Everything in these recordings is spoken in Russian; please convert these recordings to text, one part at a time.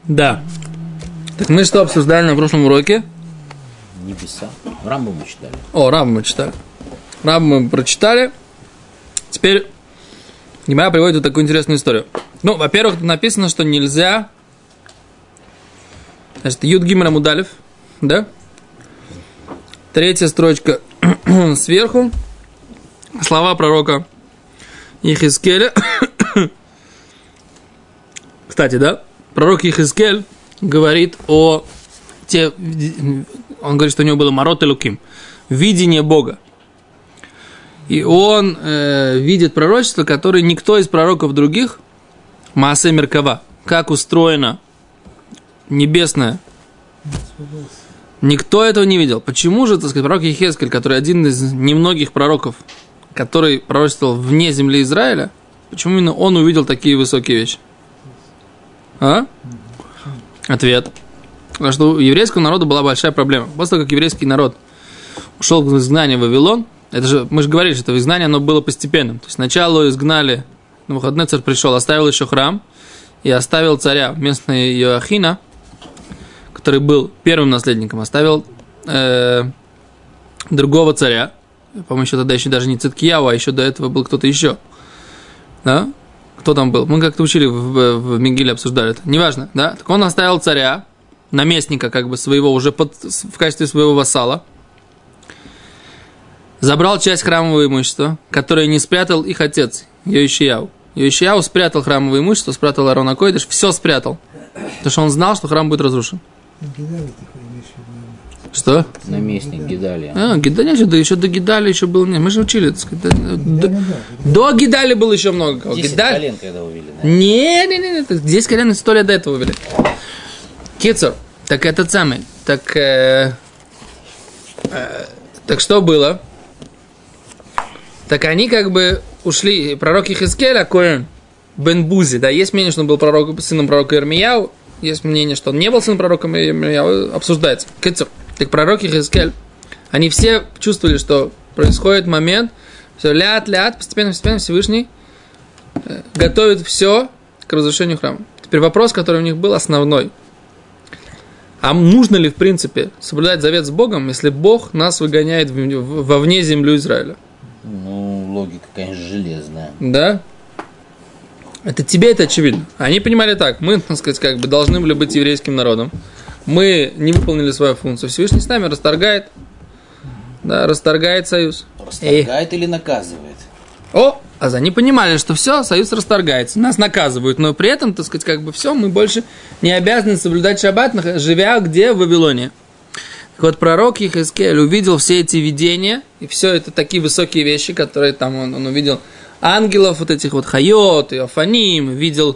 Да. Так мы что обсуждали на прошлом уроке? Небеса. Рамбам мы читали. Рамбам мы читали. Рамбам мы прочитали. Теперь Гемара приводит вот такую интересную историю. Ну, во-первых, тут написано, что нельзя... Значит, Юд Гимер Амудалев, да? Третья строчка сверху. Слова пророка Йехескеля. Кстати, да? Пророк Йехескель говорит о... Он говорит, что у него было Марот Элуким. Видение Бога. И он видит пророчество, которое никто из пророков других, Маасе Меркава, как устроено небесное, никто этого не видел. Почему же, так сказать, пророк Йехескель, который один из немногих пророков, который пророчествовал вне земли Израиля, почему именно он увидел такие высокие вещи? Ответ. Потому что у еврейского народа была большая проблема. После того, как еврейский народ ушел в изгнание в Вавилон, это же, мы же говорили, что это изгнание, оно было постепенным. То есть сначала изгнали, Навуходоносор пришел, оставил еще храм и оставил царя вместо Йоахина, который был первым наследником, оставил другого царя. По-моему, еще тогда еще даже не Циткияу, а еще до этого был кто-то еще. Да? Кто там был? Мы как-то учили в Мегиле, обсуждали это. Неважно, да? Так он оставил царя, наместника как бы своего, уже в качестве своего вассала. Забрал часть храмового имущества, которое не спрятал их отец, Йоишияу. Йоишияу спрятал храмовое имущество, спрятал Аарон ха-Койдеш, все спрятал. Потому что он знал, что храм будет разрушен. Что? Наместник Гидалия. Гидалия, да еще до Гидалия еще был. Мы же учили, так сказать. До Гидалия было еще много кого. 10 колен, когда увели. Не. 10 колен 100 лет до этого увели. Кицур, так этот самый. Так что было? Так они как бы ушли. Пророк Йехескель, Коэн бен Бузи, да, есть мнение, что он был сыном пророка Ирмияу, есть мнение, что он не был сыном пророка Ирмияу, обсуждается. Кицур. Так пророк Йехескель, они все чувствовали, что происходит момент, все ляд, постепенно Всевышний готовит все к разрушению храма. Теперь вопрос, который у них был основной. А нужно ли, в принципе, соблюдать завет с Богом, если Бог нас выгоняет вовне землю Израиля? Ну, логика, конечно, железная. Да? Тебе это очевидно. Они понимали так. Мы, так сказать, как бы должны были быть еврейским народом. Мы не выполнили свою функцию. Всевышний с нами расторгает союз. Расторгает или наказывает? Они понимали, что все, союз расторгается. Нас наказывают, но при этом, так сказать, как бы все, мы больше не обязаны соблюдать шаббат, живя где? В Вавилоне. Так вот, пророк Йехескель увидел все эти видения, и все это такие высокие вещи, которые там он увидел ангелов, вот этих вот хайот, и афаним, видел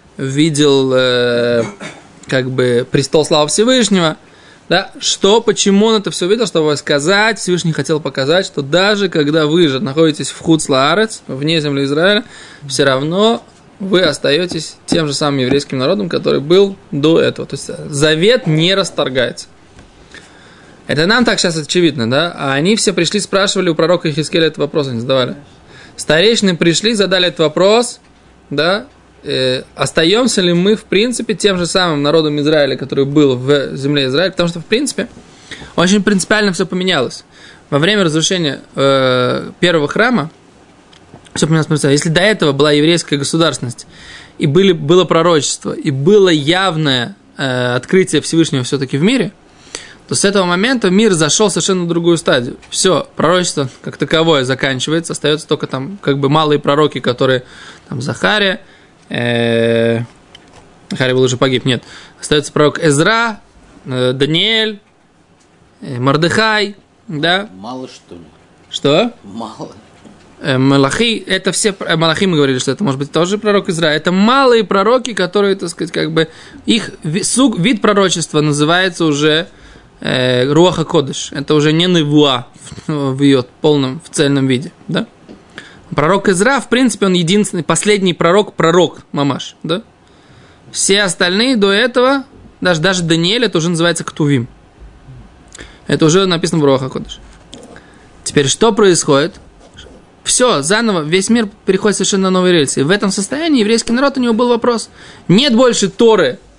как бы престол славы Всевышнего. Да? Почему он это все видел? Чтобы сказать, Всевышний хотел показать, что даже когда вы же находитесь в Хуц-Лаарец, вне земли Израиля, все равно вы остаетесь тем же самым еврейским народом, который был до этого. То есть завет не расторгается. Это нам так сейчас очевидно, да? А они все пришли, спрашивали у пророка Йехескеля этот вопрос, они задавали. Старейшины пришли, задали этот вопрос, да? Остаемся ли мы, в принципе, тем же самым народом Израиля, который был в земле Израиля, потому что, в принципе, очень принципиально все поменялось. Во время разрушения первого храма все поменялось принципиально. Если до этого была еврейская государственность, и было пророчество, и было явное открытие Всевышнего все-таки в мире, то с этого момента мир зашел совершенно в другую стадию. Все, пророчество как таковое заканчивается, остается только там как бы малые пророки, которые там Захария, Захария был уже погиб, нет. Остается пророк Эзра, Даниэль, Мордехай, да? Мало, что ли? Что? Мало. Малахи, это все, Малахи мы говорили, что это может быть тоже пророк Израиля. Это малые пророки, которые, так сказать, как бы, их вид пророчества называется уже Руах ха-Кодеш. Это уже не Невуа в ее полном, в цельном виде, да? Пророк Эзра, в принципе, он единственный, последний пророк мамаш, да? Все остальные до этого, даже Даниэль, это уже называется Ктувим. Это уже написано в Руах ха-Кодеш. Теперь что происходит? Все, заново, весь мир переходит совершенно на новые рельсы. И в этом состоянии еврейский народ, у него был вопрос. Нет больше Торы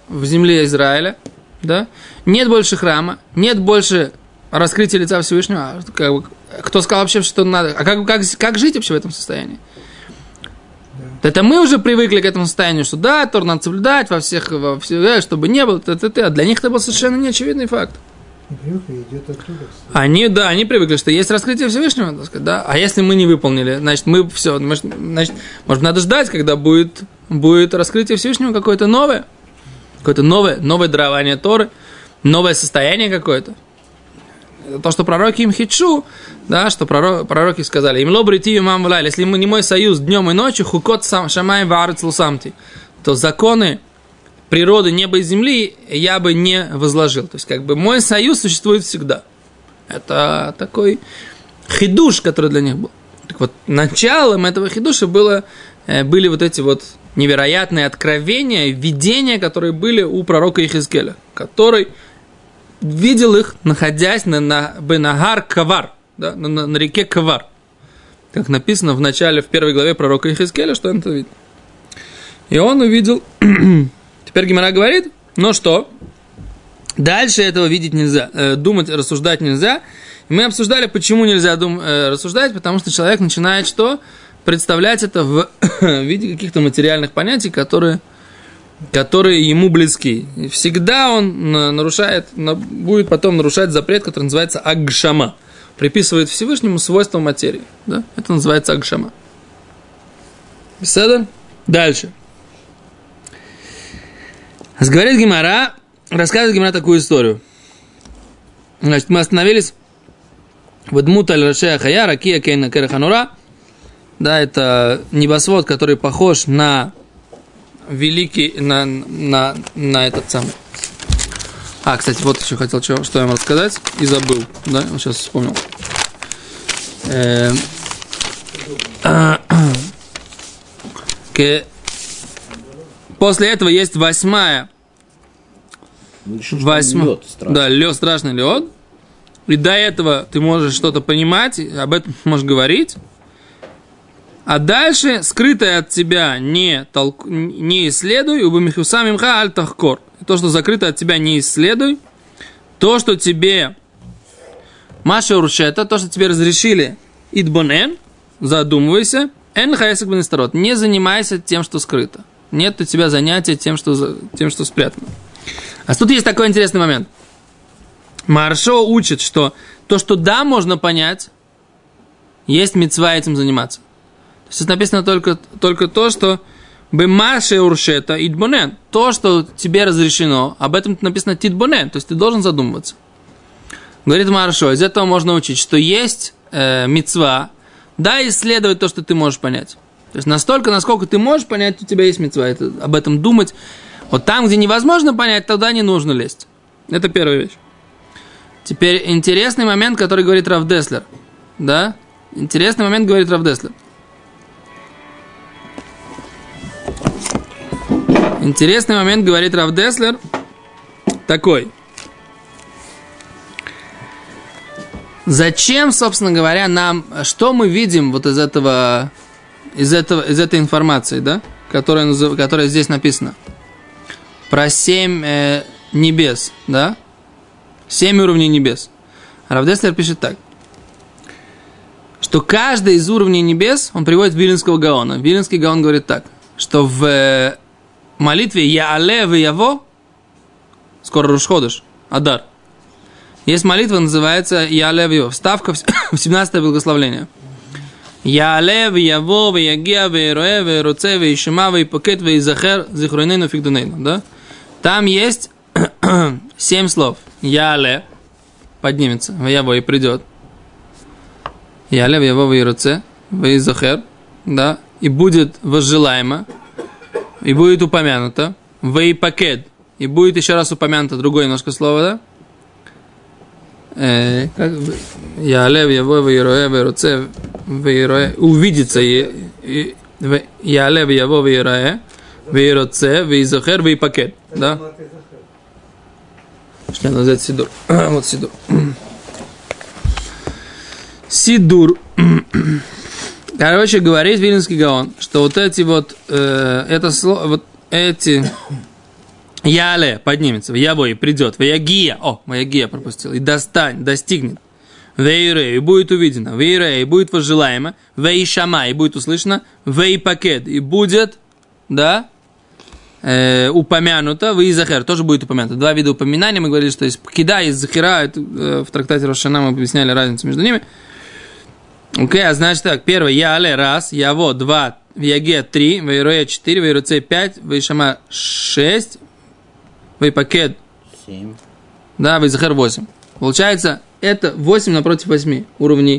в земле Израиля, да, нет больше храма, нет больше раскрытия лица Всевышнего. Кто сказал вообще, что надо? А как жить вообще в этом состоянии? Это мы уже привыкли к этому состоянию, что да, Тор надо соблюдать во всех, чтобы не было, а для них это был совершенно неочевидный факт. Они привыкли, что есть раскрытие Всевышнего, так сказать, да. А если мы не выполнили, значит, может, надо ждать, когда будет раскрытие Всевышнего какое-то новое дарование Торы, новое состояние какое-то. То, что пророки им хитшу, да, что пророки сказали, им лобрити имам влай, если мы не мой союз днем и ночью, хукот шамай ваарец лусамти, то законы природы неба и земли я бы не возложил. То есть, как бы, мой союз существует всегда. Это такой хидуш, который для них был. Так вот, началом этого хидуша были вот эти вот невероятные откровения, видения, которые были у пророка Ихискеля, который видел их, находясь на Бенагар Кавар, да, на реке Кавар. Как написано в начале, в первой главе пророка Ихискеля, что он это видел. И он увидел... Теперь Гемара говорит, ну что, дальше этого видеть нельзя, думать, рассуждать нельзя. И мы обсуждали, почему нельзя рассуждать, потому что человек начинает что? Представлять это в виде каких-то материальных понятий, которые ему близки. И всегда он будет потом нарушать запрет, который называется агшама. Приписывает Всевышнему свойства материи. Да? Это называется агшама. Беседа? Дальше. Говорит Гемара, рассказывает Гемара такую историю. Значит, мы остановились в Дмут аль-Рашея Хая, Ракия Кейна Кераханура. Да, это небосвод, который похож на великий, на этот самый. Кстати, вот еще хотел, что я вам рассказать, и забыл, да, сейчас вспомнил. После этого есть восьмая. Лед страшный. Да, страшный лед. И до этого ты можешь что-то понимать, об этом можешь говорить. А дальше, скрытое от тебя не исследуй, убамихусам имха аль тахкор. То, что закрыто от тебя, не исследуй. То, что тебе маша уршета, то, что тебе разрешили идбонен, задумывайся, эн хаесак бенесторот, не занимайся тем, что скрыто. Нет у тебя занятия тем, что спрятано. А тут есть такой интересный момент. Маршо учит, что то, что да, можно понять, есть мицва этим заниматься. То есть написано только то, что бемаше уршета идбонен. То, что тебе разрешено, об этом написано тидбонен. То есть ты должен задумываться. Говорит Маршо, из этого можно учить, что есть мицва, да, исследовать то, что ты можешь понять. То есть настолько, насколько ты можешь понять, у тебя есть мицва, это, об этом думать. Вот там, где невозможно понять, тогда не нужно лезть. Это первая вещь. Теперь интересный момент, который говорит Рав Деслер. Да? Интересный момент говорит Рав Деслер. Интересный момент говорит Рав Деслер такой. Зачем, собственно говоря, нам, что мы видим вот из этой информации, да, которая здесь написана? Про 7 небес, да? 7 уровней небес. Рав Деслер пишет так, что каждый из уровней небес, он приводит Вилинского Гаона. Вилинский Гаон говорит так, что в молитве «Яале веяво», скоро Рош ходеш, Адар, есть молитва, называется «Яале веяво», вставка в 17-е благословление. «Яале веяво, веягия, веероэ, веероце, веешема, веепакет, веезахер, зихронейну фигдунейну». Да? Там есть 7 слов. «Яале» поднимется, «веяво» и придет. «Яале веяво, веероце, веезахер», да, и будет возжелаемо, и будет упомянуто, «веепакет», и будет еще раз упомянуто другое немножко слово, да? Яале веяво, веероэ, веероце, веероэ, увидится, Яале веяво, веероэ, веероце, веезахер, веепакет, да? Что надо взять сидур. Вот сидур. Сидур. Короче, говорит Вилинский Гаон, что вот эти вот, это слово, вот эти Яле поднимется, ваябой придет, ваягия, ваягия пропустил, и достигнет. Вейре, и будет увидено, вейре, и будет возжелаемо, вейшама, и будет услышано, вейпакет, и будет, да, упомянуто, вейзахер, тоже будет упомянуто. Два вида упоминания, мы говорили, что есть пакида и захира, в трактате Рош ха-Шана мы объясняли разницу между ними. Окей, а значит так, первое, яле, раз, яво, два, вяге, три, вейроя, 4, вейроце, 5, вейшама, 6, вейпакет, 7. да, вейзахер, 8. Получается, это 8 напротив 8 уровней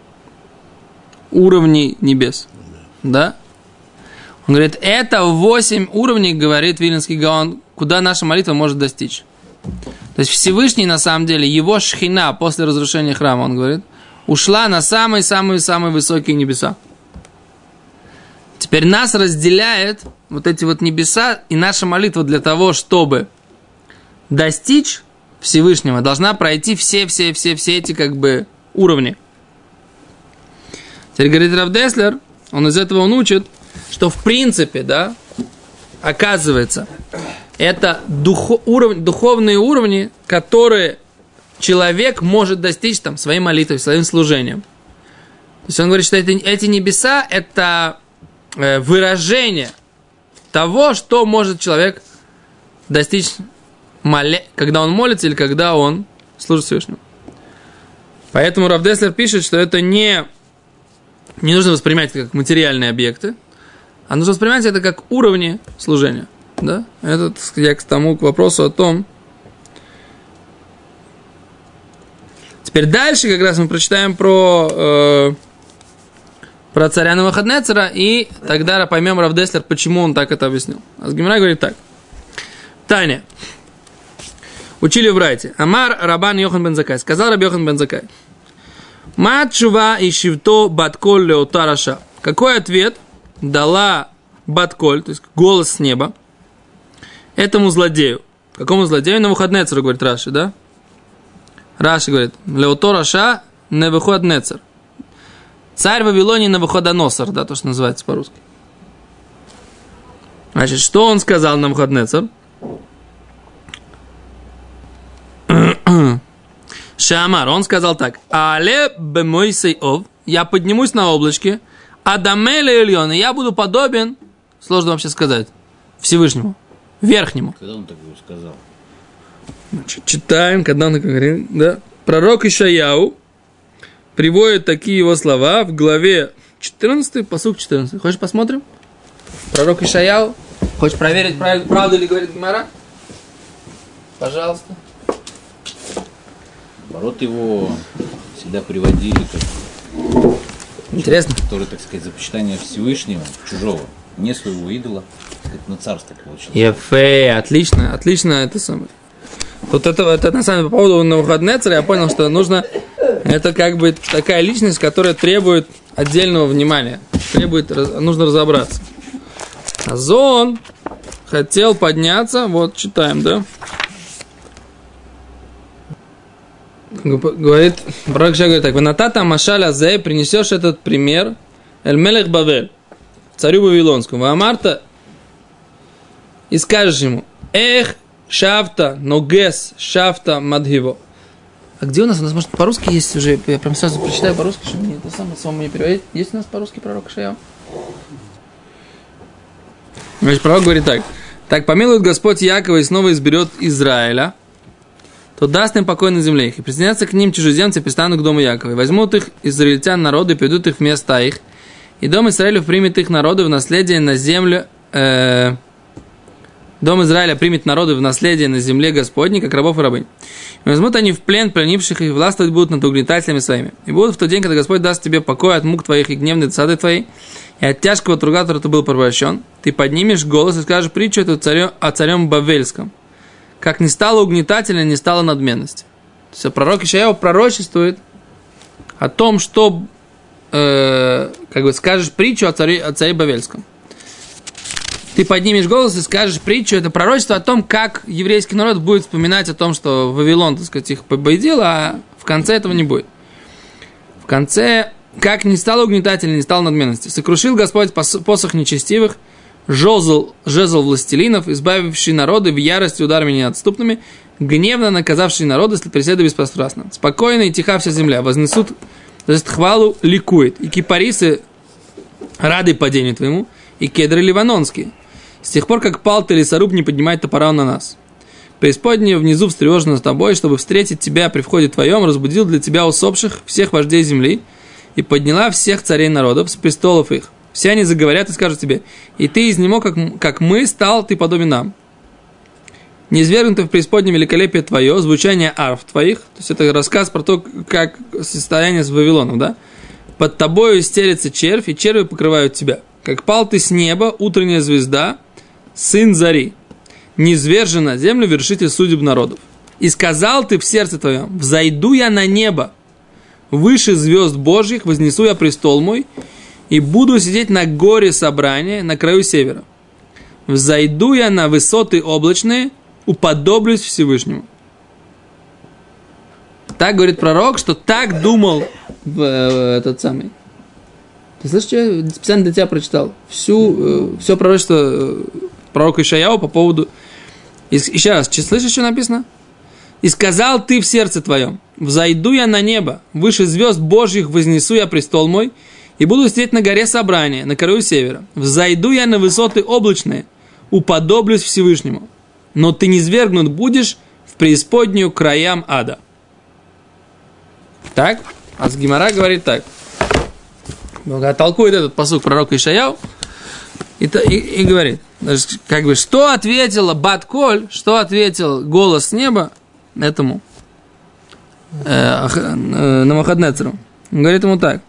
небес. Да? Он говорит, это 8 уровней, говорит Вилинский Гаон, куда наша молитва может достичь. То есть Всевышний, на самом деле, его шхина после разрушения храма, он говорит, ушла на самые-самые-самые высокие небеса. Теперь нас разделяет вот эти вот небеса, и наша молитва для того, чтобы достичь Всевышнего, должна пройти все эти как бы уровни. Теперь говорит Рав Деслер, он учит, что в принципе, да, оказывается, это духовные уровни, которые человек может достичь там своей молитвой, своим служением. То есть он говорит, что эти небеса – это выражение того, что может человек достичь, когда он молится или когда он служит Всевышнему. Поэтому Рав Деслер пишет, что это не нужно воспринимать это как материальные объекты, а нужно воспринимать это как уровни служения. Да? Это я к вопросу о том. Теперь дальше как раз мы прочитаем про царя Навуходоносора, и тогда поймем Рав Деслер, почему он так это объяснил. А Гемара говорит так. Таня. Учили в Брайте. Амар Рабан Йохан бен Закай. Сказал Рабби Йохан бен Закай. Ма тшува и шивто батколь леота раша. Какой ответ дала батколь, то есть голос с неба, этому злодею? Какому злодею? Навуходоносору, говорит Раши, да? Раши говорит, леото раша Навуходоносор. Царь Вавилонии Навуходоносор, да, то, что называется по-русски. Значит, что он сказал Навуходоносор? Шамар, он сказал так. Але бемойсей ов, я поднимусь на облачке, адамеле ильон, я буду подобен, сложно вообще сказать, Всевышнему, Верхнему. Когда он такое сказал? Значит, читаем, когда он говорит, да. Пророк Ишаяу приводит такие его слова в главе 14, пасук 14. Хочешь посмотрим? Пророк Ишаяу. Хочешь проверить, правду ли говорит Гемара? Пожалуйста. Наоборот, его всегда приводили как интересно, который, так сказать, за почитание Всевышнего, чужого, не своего идола, так сказать, на царство получил. Ефе, отлично, это самое. Вот это на самом деле по поводу Навуходоносора я понял, что нужно, это как бы такая личность, которая требует отдельного внимания, нужно разобраться. Азон хотел подняться, вот читаем, да? Говорит, пророк Ишаяу говорит так: «Ванатата машаль азе, принесешь этот пример, эль-мелех Бавель, царю Вавилонскому, ваамарта, и скажешь ему, эх, шафта, ногес, шафта, мадхиво». А где у нас может по-русски есть уже, я прям сразу прочитаю по-русски, чтобы мне это самому не переводить. Есть у нас по-русски пророк Ишаяу? Значит, пророк говорит так: «Так помилует Господь Якова и снова изберет Израиля, то даст им покой на земле их, и присоединятся к ним чужеземцы, пристанут к дому Якова, и возьмут их израильтян народы, и приведут их в места их, и дом Израилев примет их народы в наследие на землю, дом Израиля примет народы в наследие на земле Господней, как рабов и рабынь. И возьмут они в плен пленивших их, властвовать будут над угнетателями своими. И будут в тот день, когда Господь даст тебе покой от мук твоих и гневной досады твоей, и от тяжкого труга, который ты был порабощен, ты поднимешь голос и скажешь притчу эту о царем Бавельском. Как не стало угнетателя, не стало надменности». То есть пророк Ишаяу пророчествует о том, что как бы скажешь притчу о царе Бавельском. Ты поднимешь голос и скажешь притчу, это пророчество о том, как еврейский народ будет вспоминать о том, что Вавилон, так сказать, их победил, а в конце этого не будет. В конце, как не стало угнетателя, не стало надменности. Сокрушил Господь посох нечестивых, жезл властелинов, избавивший народы в ярости ударами неотступными, гневно наказавший народы, если преседа беспострастно. Спокойно и тиха вся земля, вознесут хвалу, ликует, и кипарисы рады падению твоему, и кедры ливанонские. С тех пор, как пал ты лесоруб, не поднимает топора на нас. Преисподняя внизу встревожена с тобой, чтобы встретить тебя при входе твоем, разбудил для тебя усопших всех вождей земли и подняла всех царей народов с престолов их. Все они заговорят и скажут тебе, и ты из него, как мы, стал ты подобен нам. Низвергнуто в преисподнем великолепие твое, звучание арф твоих, то есть это рассказ про то, как состояние с Вавилоном, да? Под тобою стелется червь, и черви покрывают тебя. Как пал ты с неба, утренняя звезда, сын зари. Низвержен на землю вершитель судеб народов. И сказал ты в сердце твоем, взойду я на небо, выше звезд Божьих вознесу я престол мой, и буду сидеть на горе собрания на краю севера. Взойду я на высоты облачные, уподоблюсь Всевышнему. Так говорит пророк, что так думал этот самый. Ты слышишь, что я специально для тебя прочитал? Все пророчество пророка Ишаяу по поводу... Еще раз, слышишь, что написано? «И сказал ты в сердце твоем, взойду я на небо, выше звезд Божьих вознесу я престол мой, и буду сидеть на горе собрания, на краю севера. Взойду я на высоты облачные, уподоблюсь Всевышнему. Но ты низвергнут будешь в преисподнюю краям ада». Так? А Гемара говорит так. Толкует этот пасук пророка Ишаяу и говорит, как бы, что ответила Бат-Коль, что ответил голос с неба этому Навуходоносору. Он говорит ему так.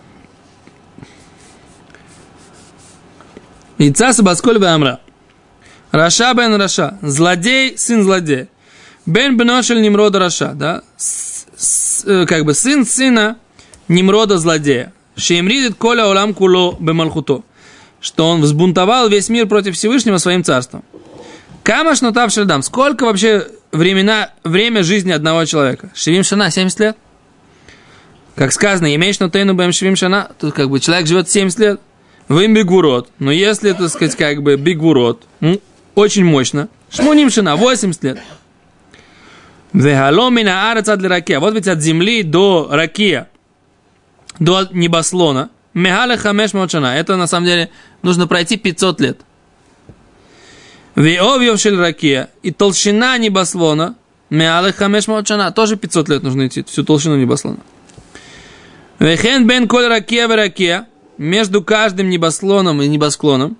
Ицаса Басколь Беамра. Раша бен Раша. Злодей, сын злодея. Бен беношель Нимрода Раша. Да? Как бы сын сына Нимрода злодея. Шеемридит коля олам куло бемалхуто. Что он взбунтовал весь мир против Всевышнего своим царством. Камаш нотав шельдам. Сколько вообще время жизни одного человека? Шевим шана, 70 лет. Как сказано, имеешь нотейну бэм шевим шана. Тут как бы человек живет 70 лет. Вы им бигвурот. Но если, так сказать, как бы бигвурот, очень мощно. Шмуним шана, 80 лет. Вехаломина араца для ракия. Вот ведь от земли до ракия, до небослона. Мехале хамеш молчана. Это на самом деле нужно пройти 500 лет. Веовьевшель ракия. И толщина небослона. Мехале хамеш молчана. Тоже 500 лет нужно идти. Всю толщину небослона. Вехен бен коль ракия в ракия. Между каждым небослоном и небосклоном.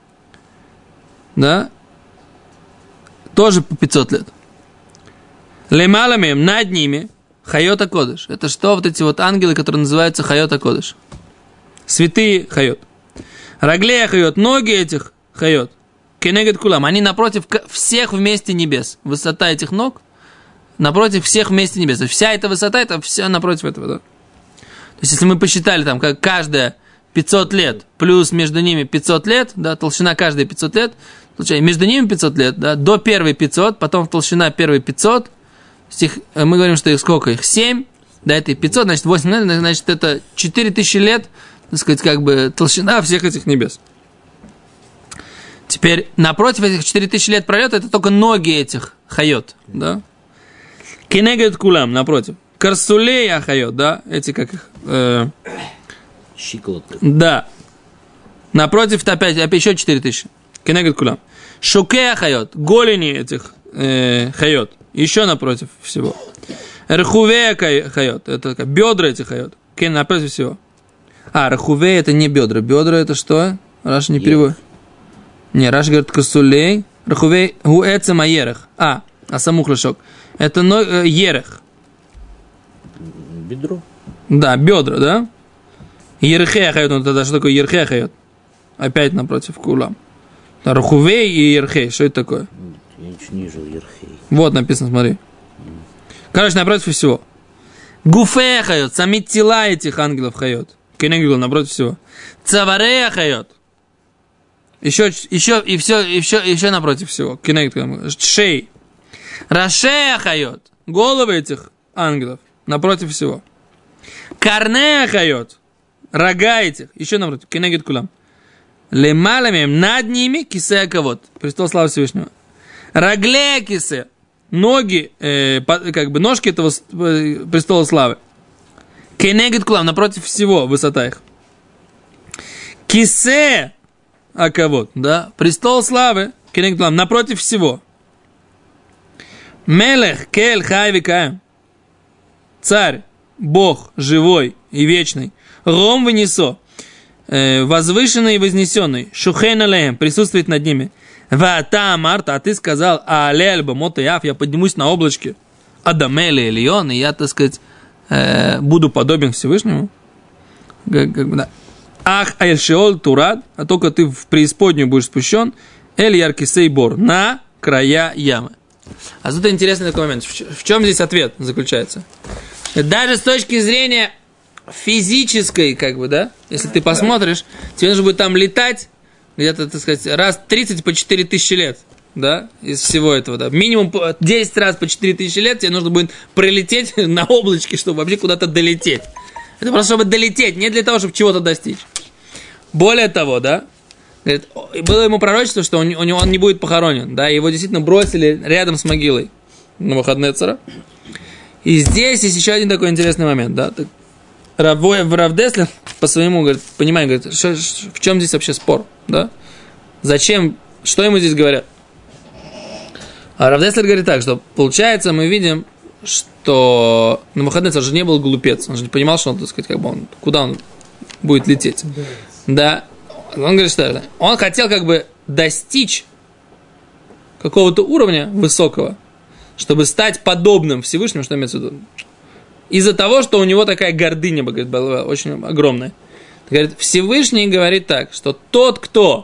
Да. Тоже по 500 лет. Лемаламем, над ними. Хайота Кодыш. Это что вот эти вот ангелы, которые называются Хайота Кодыш. Святые Хайот. Раглея Хайот. Ноги этих Хайот. Кенегет Кулам. Они напротив всех вместе небес. Высота этих ног напротив всех вместе небес. Вся эта высота, это все напротив этого. Да? То есть, если мы посчитали, там, как каждая 500 лет, плюс между ними 500 лет, да, толщина каждой 500 лет, получается, между ними 500 лет, да, до первой 500, потом толщина первой 500, мы говорим, что их сколько? Их 7, да, это 500, значит, 8 лет, значит, это 4000 лет, так сказать, как бы толщина всех этих небес. Теперь, напротив этих 4000 лет пролета, это только ноги этих хайот, да. Кенегет кулам, напротив. Карсулея хайот, да, эти как их... Щиколотка. Да. Напротив, опять еще 4000. Кенегет кулам. Шукея хайот, голени этих хайот. Еще напротив всего. Рахувея хайот, это как бедра этих хайот. Напротив всего. Рахувея это не бедра. Бедра это что? Раш не переводит. Не, Раш говорит косулей. Рахувей гуэцем аерех. Самух лешок. Это ерех. Бедро? Да, бедра, да? Ерхея хайот, ну тогда что такое ерхея хайот? Опять напротив кулам. Рахувей и ерхей, что это такое? Я не жил ерхей. Вот написано, смотри. Короче, напротив всего. Гуфея хайот, сами тела этих ангелов хайот. Кенегил, напротив всего. Цаварея хайот. Еще напротив всего. Кенегил, шей. Рашея хайот. Головы этих ангелов. Напротив всего. Карнея хайот. Рога этих. Еще напротив. Кенегит кулам. Лемалямем над ними кисе кавод. Престол славы Всевышнего. Рагле кисе. Ноги, как бы ножки этого престола славы. Кенегет кулам, напротив всего, высота их. Кисе акавод, да, престол славы, кенегет кулам, напротив всего. Мелех кель хай векаем. Царь, Бог, живой и вечный. Ром вынесо, возвышенный и вознесенный. Шухен алеем, присутствует над ними. Вата Марта, а ты сказал, алельба мотаяв, я поднимусь на облачке. Адамели Элион, и я, так сказать, буду подобен Всевышнему. Как бы, да. Ах, Эльшиол Турад, а только ты в преисподнюю будешь спущен. Эль Яркисей Бор, на края ямы. А тут интересный такой момент. В чем здесь ответ заключается? Даже с точки зрения физической, как бы, да, если ты посмотришь, тебе нужно будет там летать где-то, так сказать, раз 30 по 4 тысячи лет, да, из всего этого, да. Минимум 10 раз по 4 тысячи лет тебе нужно будет пролететь на облачке, чтобы вообще куда-то долететь. Это просто чтобы долететь, не для того, чтобы чего-то достичь. Более того, да, говорит, было ему пророчество, что он не будет похоронен, да, его действительно бросили рядом с могилой Навуходоносора. И здесь есть еще один такой интересный момент, да. Рав Деслер по своему, говорит, пониманию, говорит, в чем здесь вообще спор, да? Зачем, что ему здесь говорят? А Рав Деслер говорит так, что получается, мы видим, что Навуходоносор же не был глупец, он же не понимал, что он, так сказать, как бы он, куда он будет лететь. Да. Он говорит, что он хотел как бы достичь какого-то уровня высокого, чтобы стать подобным Всевышнему, что имеется в виду? Из-за того, что у него такая гордыня, говорит, была очень огромная. Говорит, Всевышний говорит так, что тот, кто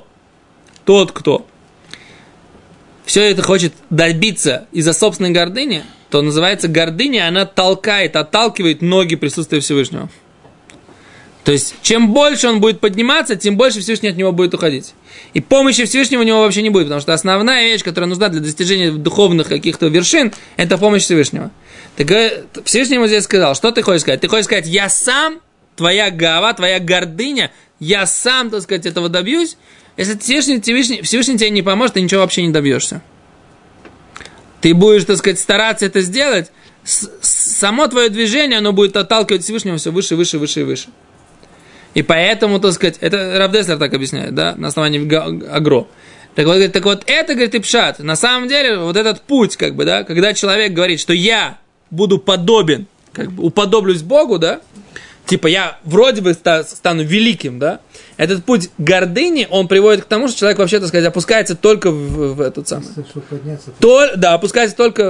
все это хочет добиться из-за собственной гордыни, то называется гордыня, она отталкивает ноги присутствия Всевышнего. То есть, чем больше он будет подниматься, тем больше Всевышний от него будет уходить. И помощи Всевышнего у него вообще не будет, потому что основная вещь, которая нужна для достижения духовных каких-то вершин, это помощь Всевышнего. Так Всевышний ему здесь сказал, что ты хочешь сказать? Ты хочешь сказать, я сам, твоя гава, твоя гордыня, я сам, так сказать, этого добьюсь. Если Всевышний тебе не поможет, ты ничего вообще не добьешься. Ты будешь, так сказать, стараться это сделать, само твое движение, оно будет отталкивать Всевышнего все выше, выше, выше и выше. И поэтому, так сказать, это Рав Деслер так объясняет, да, на основании Агро. Так вот, это, говорит, и пшат. На самом деле, вот этот путь, как бы, да, когда человек говорит, что я буду подобен, как бы, уподоблюсь Богу, да, типа я вроде бы стану великим, да, этот путь гордыни, он приводит к тому, что человек вообще, так сказать, опускается только в этот самый. Да, опускается только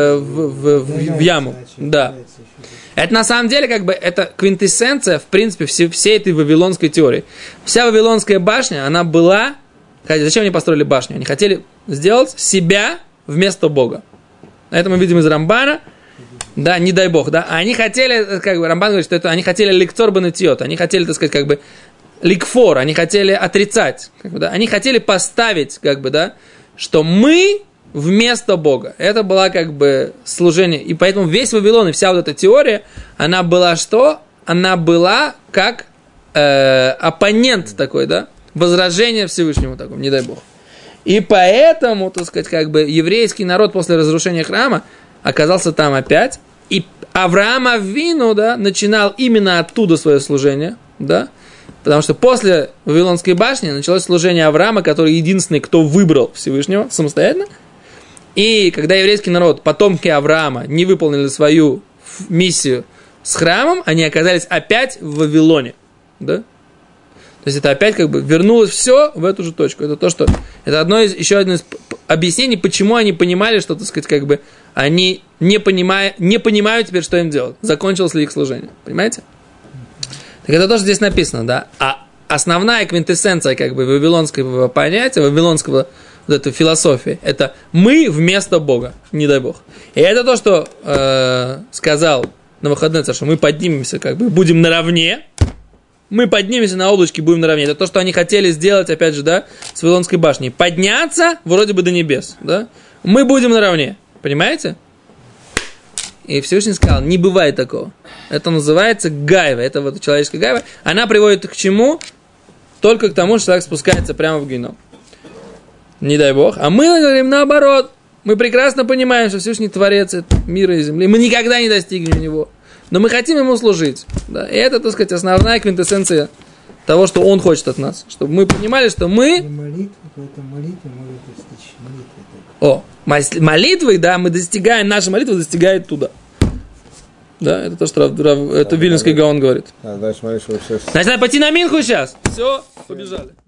в яму, да. Это на самом деле, как бы, это квинтэссенция, в принципе, всей этой вавилонской теории. Вся Вавилонская башня, она была... Зачем они построили башню? Они хотели сделать себя вместо Бога. Это мы видим из Рамбана. Да, не дай Бог, да. А они хотели, как бы, Рамбан говорит, что это они хотели ликцор бенетиот. Они хотели, так сказать, как бы, ликфор. Они хотели отрицать. Как бы, да. Они хотели поставить, как бы, да, что мы... вместо Бога. Это было как бы служение. И поэтому весь Вавилон и вся вот эта теория, она была что? Она была как оппонент такой, да? Возражение Всевышнему такому, не дай Бог. И поэтому, так сказать, как бы еврейский народ после разрушения храма оказался там опять. И Авраам Авину, да, начинал именно оттуда свое служение, да? Потому что после Вавилонской башни началось служение Авраама, который единственный, кто выбрал Всевышнего самостоятельно. И когда еврейский народ, потомки Авраама, не выполнили свою миссию с храмом, они оказались опять в Вавилоне. Да? То есть это опять как бы вернулось все в эту же точку. Это то, что... Это еще одно из объяснений, почему они понимали, что, так сказать, как бы они не понимают теперь, что им делать. Закончилось ли их служение. Понимаете? Так это то, что здесь написано, да? А основная квинтэссенция как бы вавилонского понятия, вавилонского вот этой философии, это мы вместо Бога, не дай Бог. И это то, что сказал Навуходоносор, что мы поднимемся, как бы будем наравне. Мы поднимемся на облачке, будем наравне. Это то, что они хотели сделать, опять же, да, с Вавилонской башней. Подняться вроде бы до небес, да. Мы будем наравне. Понимаете? И Всевышний сказал, не бывает такого. Это называется гайва. Это вот человеческая гайва. Она приводит к чему? только к тому, что человек спускается прямо в геном. Не дай бог. А мы говорим наоборот. Мы прекрасно понимаем, что Всевышний Творец мира и земли. Мы никогда не достигнем него. Но мы хотим ему служить. Да? И это, так сказать, основная квинтэссенция того, что он хочет от нас. Чтобы мы понимали, что мы... И молитва, поэтому молитва может достичь молитвы. Молитвой, да, мы достигаем, наша молитва достигает туда. Да, это то, что это Вильнюсский Гаон говорит. Дальше смотри, что все... Значит, надо пойти на Минху сейчас. Все, побежали.